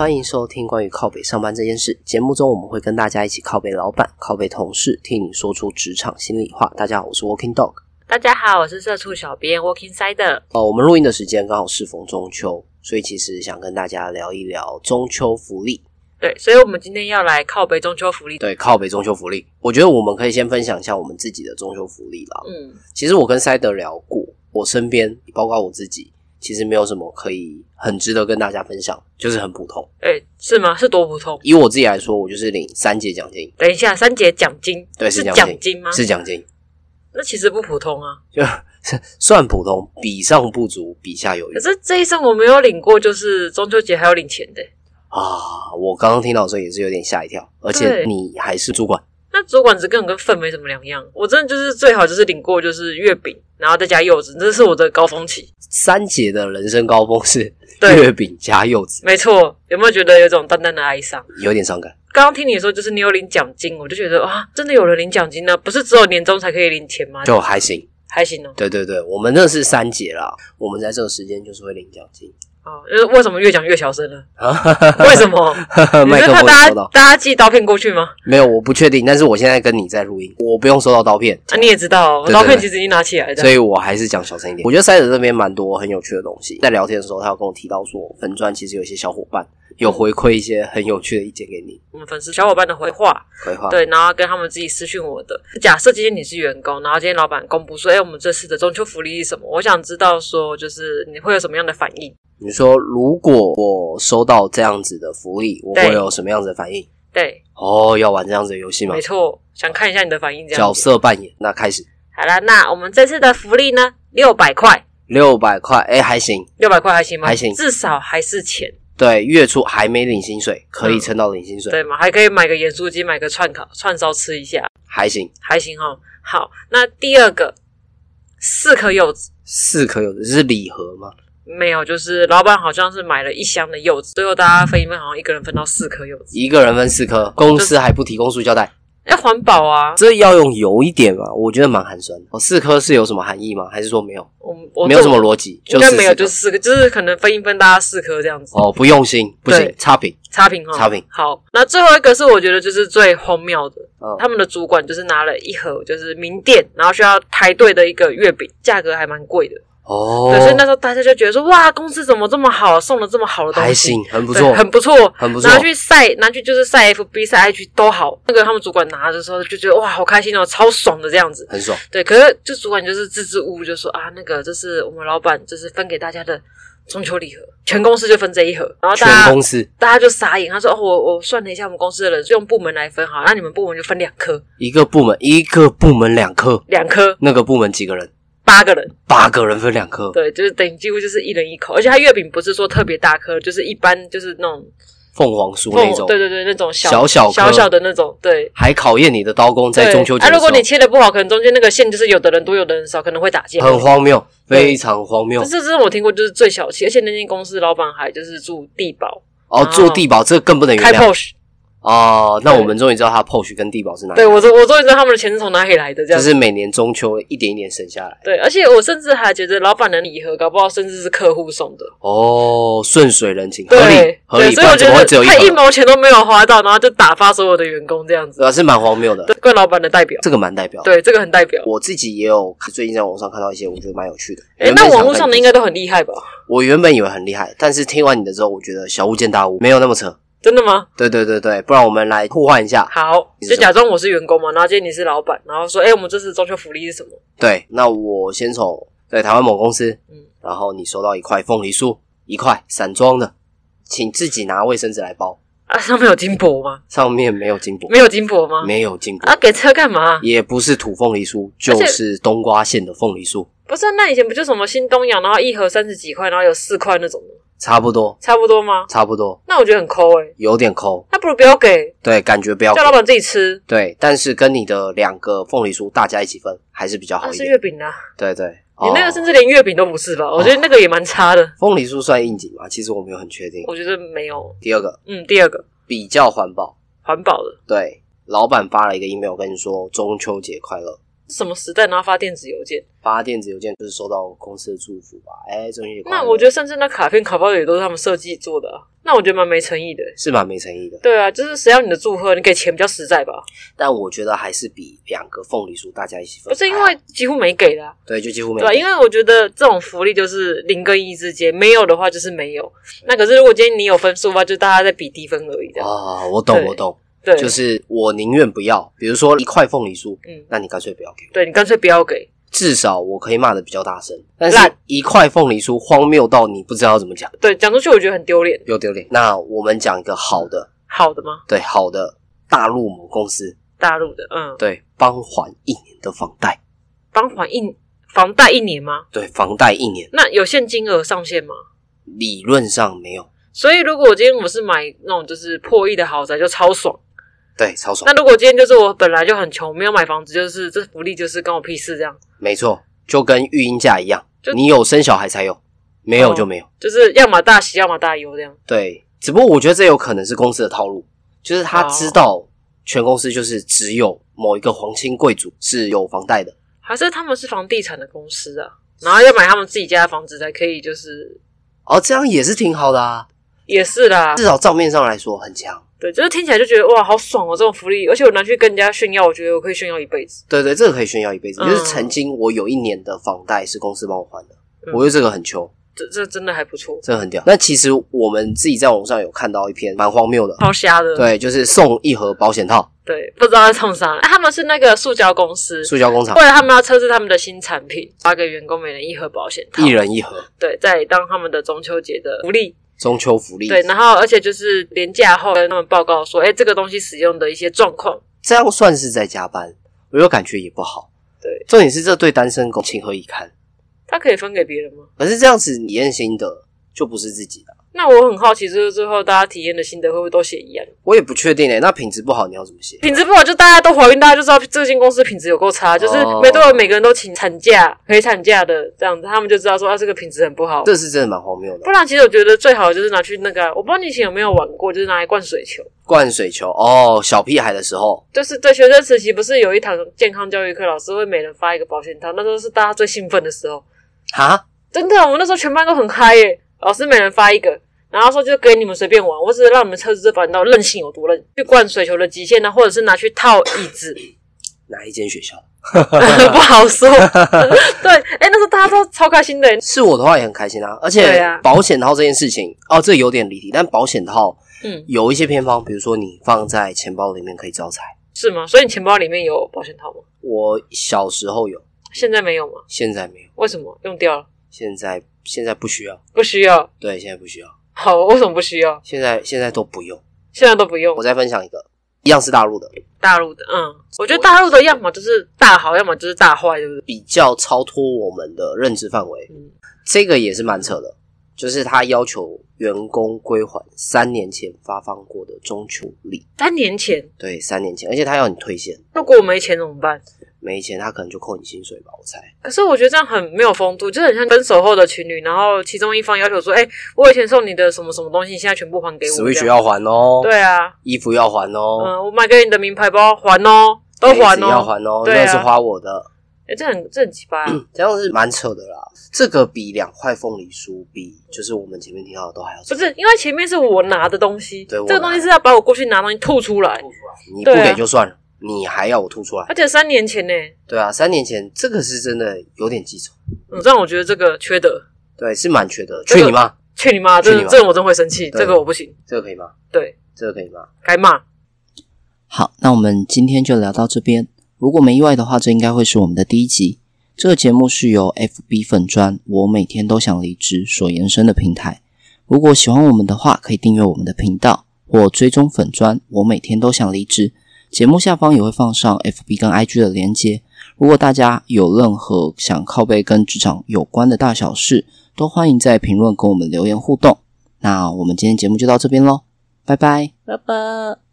欢迎收听关于靠北上班这件事。节目中我们会跟大家一起靠北老板、靠北同事，替你说出职场心里话。大家好，我是 Walking Dog。 大家好，我是社畜小编 Walking Sider。 我们录音的时间刚好适逢中秋，所以其实想跟大家聊一聊中秋福利。 对，所以我们今天要来靠北中秋福利。 对，靠北中秋福利。我觉得我们可以先分享一下我们自己的中秋福利啦。其实我跟 Sider 聊过，我身边包括我自己其实没有什么可以很值得跟大家分享，就是很普通。 是吗？是多普通？ 以我自己来说，我就是领3节奖金。 等一下，3节奖金？ 对， 是奖金吗？ 是奖金。 那其实不普通啊， 就算普通，比上不足，比下有余。 可是这一生我没有领过，就是中秋节还有领钱的啊！我刚刚听到的时候也是有点吓一跳，而且你还是主管。 那主管职根本跟份没什么两样。我真的就是最好就是领过就是月饼，然后再加柚子，这是我的高峰期。 3节的人生高峰是月饼加柚子。 没错，有没有觉得有一种淡淡的哀伤？ 有点伤感。 刚刚听你说就是你有领奖金，我就觉得哇，真的有人领奖金呢？不是只有年终才可以领钱吗？ 就还行， 还行哦。 对对对，我们那是3节啦，我们在这个时间就是会领奖金。 为什么越讲越小声呢？为什么？ 麦克风收到， 大家寄刀片过去吗？ 没有，我不确定。但是我现在跟你在录音，我不用收到刀片。 你也知道，刀片其实已经拿起来的， 所以我还是讲小声一点。我觉得Sider这边蛮多很有趣的东西。在聊天的时候，他有跟我提到说，粉专其实有一些小伙伴有回馈一些很有趣的意见给你。 我们粉丝小伙伴的回话，对，然后跟他们自己私讯我的。假设今天你是员工，然后今天老板公布说，我们这次的中秋福利是什么？我想知道说，就是你会有什么样的反应？ 你说如果我收到这样子的福利，我会有什么样子的反应？ 对， 要玩这样子的游戏吗？ 没错，想看一下你的反应。这样角色扮演，那开始。 好啦，那我们这次的福利呢？600块 ，600块，还行。 600块还行吗？ 还行， 至少还是钱。 对，月初还没领薪水，可以撑到领薪水。 对嘛？还可以买个盐酥鸡，买个串烧吃一下， 还行， 还行齁。好，那第二个，4颗柚子 ，4颗柚子是礼盒吗？ 没有，就是老板好像是买了1箱的柚子，最后大家分一分，好像一个人分到4颗柚子， 一个人分4颗，公司还不提供塑胶袋。 要环保啊， 这要用油一点嘛？我觉得蛮寒酸的。4颗是有什么含义吗？还是说没有？没有什么逻辑， 应该没有，就是4个，就是可能分一分，大家4颗这样子。 不用心，不行，差评。 好，那最后一个是我觉得就是最荒谬的，他们的主管就是拿了一盒就是名店，然后需要排队的一个月饼，价格还蛮贵的。对，所以那时候大家就觉得说，哇，公司怎么这么好，送了这么好的东西， 还行，很不错， 很不错， 很不错。 拿去就是晒 FB 晒 IG 都好。那个他们主管拿的时候就觉得哇，好开心哦，超爽的这样子， 很爽。 对，可是就主管就是支支吾吾就说啊，那个这是我们老板就是分给大家的中秋礼盒，全公司就分这一盒，然后大家就傻眼。他说我算了一下，我们公司的人是用部门来分，好，那你们部门就分2颗，一个部门 2颗，那个部门几个人？8个人分2颗， 对，就是等于几乎就是1人1口，而且它月饼不是说特别大颗，就是一般就是那种凤凰酥那种， 对对对，那种小的那种，对， 还考验你的刀工在中秋节的时候。 如果你切的不好，可能中间那个线就是有的人多有的人少，可能会打架， 很荒谬，非常荒谬。 这是我听过就是最小气，而且那间公司老板还就是住地堡住地堡，这个更不能原谅。 开 Porsche。 那我们终于知道他 Porsche 跟地堡是哪里。 对，我终于知道他们的钱是从哪里来的，这样。 就是每年中秋一点一点省下来。 对，而且我甚至还觉得老板的礼盒搞不好甚至是客户送的。 顺水人情， 合理。 所以我觉得他1毛钱都没有花到，然后就打发所有的员工这样子。 是蛮荒谬的。 对，怪老板的代表， 这个蛮代表。 对，这个很代表。 我自己也有最近在网上看到一些，我觉得蛮有趣的。 那网络上的应该都很厉害吧？ 我原本以为很厉害，但是听完你的之后，我觉得小巫见大巫，没有那么扯。 真的吗？ 对，不然我们来互换一下。 好，就假装我是员工嘛，然后今天你是老板，然后说，我们这次中秋福利是什么？ 对，那我先从台湾某公司，然后你收到1块凤梨酥，1块散装的，请自己拿卫生纸来包。 上面有金箔吗？ 上面没有金箔。 没有金箔吗？ 没有金箔。 给车干嘛？ 也不是土凤梨酥，就是冬瓜馅的凤梨酥。 不是，那以前不就什么新东阳，然后1盒30几块，然后有4块那种吗？ 差不多吗？ 差不多。 那我觉得很抠有点抠。 那不如不要给。 对，感觉不要给， 叫老板自己吃。 对，但是跟你的2个凤梨酥大家一起分还是比较好一点。 那是月饼啊。 对， 你那个甚至连月饼都不是吧？我觉得那个也蛮差的。 凤梨酥算应景吗？其实我没有很确定。 我觉得没有。 第二个比较环保的。对，老板发了一个 email 跟你说中秋节快乐， 什么时代然后发电子邮件？ 发电子邮件就是收到公司的祝福吧？中秋节快乐。 那我觉得甚至那卡片卡包也都是他们设计做的啊，那我觉得蛮没诚意的。 是蛮没诚意的。 对啊，就是谁要你的祝贺，你给钱比较实在吧。 但我觉得还是比2个凤梨酥大家一起分。 不是因为几乎没给的啊。 对，就几乎没给。 对，因为我觉得这种福利就是0跟1之间，没有的话就是没有。那可是如果今天你有分数的话，就大家在比低分而已的。 我懂。对，就是我宁愿不要，比如说1块凤梨酥，那你干脆不要给我。 对，你干脆不要给。 至少我可以骂得比较大声，但是1块凤梨酥荒谬到你不知道怎么讲。 对，讲出去我觉得很丢脸， 又丢脸。那我们讲一个好的吗？对，好的，大陆某公司， 大陆的， 对，帮还1年的房贷， 房贷1年吗？ 对，房贷1年。 那有限金额上限吗？ 理论上没有。 所以如果我今天我是买那种就是破亿的豪宅，就超爽。 对，超爽。 那如果今天就是我本来就很穷，没有买房子，就是这福利就是关我屁事这样。 没错，就跟育婴假一样，你有生小孩才有，没有就没有， 就是要么大喜要么大忧这样。 对，只不过我觉得这有可能是公司的套路，就是他知道全公司就是只有某一个皇亲贵族是有房贷的， 还是他们是房地产的公司啊，然后要买他们自己家的房子才可以，就是这样也是挺好的啊。 也是啦， 至少账面上来说很强。 对，就是听起来就觉得哇，好爽哦，这种福利，而且我拿去跟人家炫耀，我觉得我可以炫耀一辈子。 对，这个可以炫耀一辈子。就是曾经我有1年的房贷是公司帮我还的，我觉得这个很穷。 这真的还不错， 这个很屌。那其实我们自己在网上有看到一篇蛮荒谬的， 超瞎的。 对，就是送1盒保险套。 对，不知道在送啥。他们是那个塑胶公司， 塑胶工厂， 为了他们要测试他们的新产品，发给员工每人1盒保险套， 一人1盒。 对，在当他们的中秋节的福利。 中秋福利。 对，然后而且就是连假后跟他们报告说，这个东西使用的一些状况。 这样算是在加班，我有感觉也不好。 对， 重点是这对单身狗情何以堪？ 他可以分给别人吗？ 可是这样子体验心得就不是自己的。 那我很好奇，就是最后大家体验的心得会不会都写一样？ 我也不确定那品质不好你要怎么写？ 品质不好就大家都怀孕，大家就知道这间公司品质有够差，就是每个人都请产假陪产假的这样子，他们就知道说这个品质很不好。 这是真的蛮荒谬的。 不然其实我觉得最好的就是拿去那个，我不知道你以前有没有玩过，就是拿来灌水球。 灌水球小屁孩的时候， 就是对学生时期不是有一堂健康教育课，老师会每人发一个保险套，那时候是大家最兴奋的时候。 哈？真的，我们那时候全班都很嗨耶，老师每人发一个。然后说就给你们随便玩，我只是让你们测试这保险套韧性有多韧，去灌水球的极限呢，或者是拿去套椅子。 哪一间学校？ 不好说。对，那时候大家都超开心的。 是我的话也很开心啊，而且保险套这件事情，这有点离题，但保险套有一些偏方，比如说你放在钱包里面可以招财。 是吗？所以你钱包里面有保险套吗？ 我小时候有。 现在没有吗？ 现在没有。 为什么？用掉了。 现在不需要。 不需要。 对，现在不需要。 好，为什么不需要？ 现在都不用。 现在都不用。 我再分享一个，一样是大陆的。 我觉得大陆的要么就是大好，要么就是大坏，对不对？ 比较超脱我们的认知范围。这个也是蛮扯的，就是他要求员工归还3年前发放过的中秋礼。 3年前？ 对，3年前，而且他要你退现。 如果我没钱怎么办？ 没钱他可能就扣你薪水吧，我猜。 可是我觉得这样很没有风度，就很像分手后的情侣，然后其中一方要求说我以前送你的什么什么东西你现在全部还给我。 Switch 要还哦。 对啊。 衣服要还哦。 我买给你的名牌包还哦，都还哦。 要还哦。 对啊， 那是花我的。 这很奇葩。 这样是蛮扯的啦。这个比2块凤梨酥比就是我们前面听到的都还要扯。 不是，因为前面是我拿的东西， 对， 这个东西是要把我过去拿东西吐出来。 你不给就算了，你还要我吐出来， 而且3年前呢。 对啊，3年前这个是真的有点记仇。 这样我觉得这个缺德。 对，是蛮缺德。去你妈！ 去你妈！这个我真会生气，这个我不行。 这个可以吗？ 对， 这个可以吗？ 该骂。 好，那我们今天就聊到这边。如果没意外的话，这应该会是我们的第1集。这个节目是由 FB 粉专我每天都想离职所延伸的平台。如果喜欢我们的话，可以订阅我们的频道或追踪粉专我每天都想离职。节目下方也会放上 FB 跟 IG 的连结。如果大家有任何想靠背跟职场有关的大小事，都欢迎在评论跟我们留言互动。那我们今天节目就到这边咯，拜拜。 拜拜。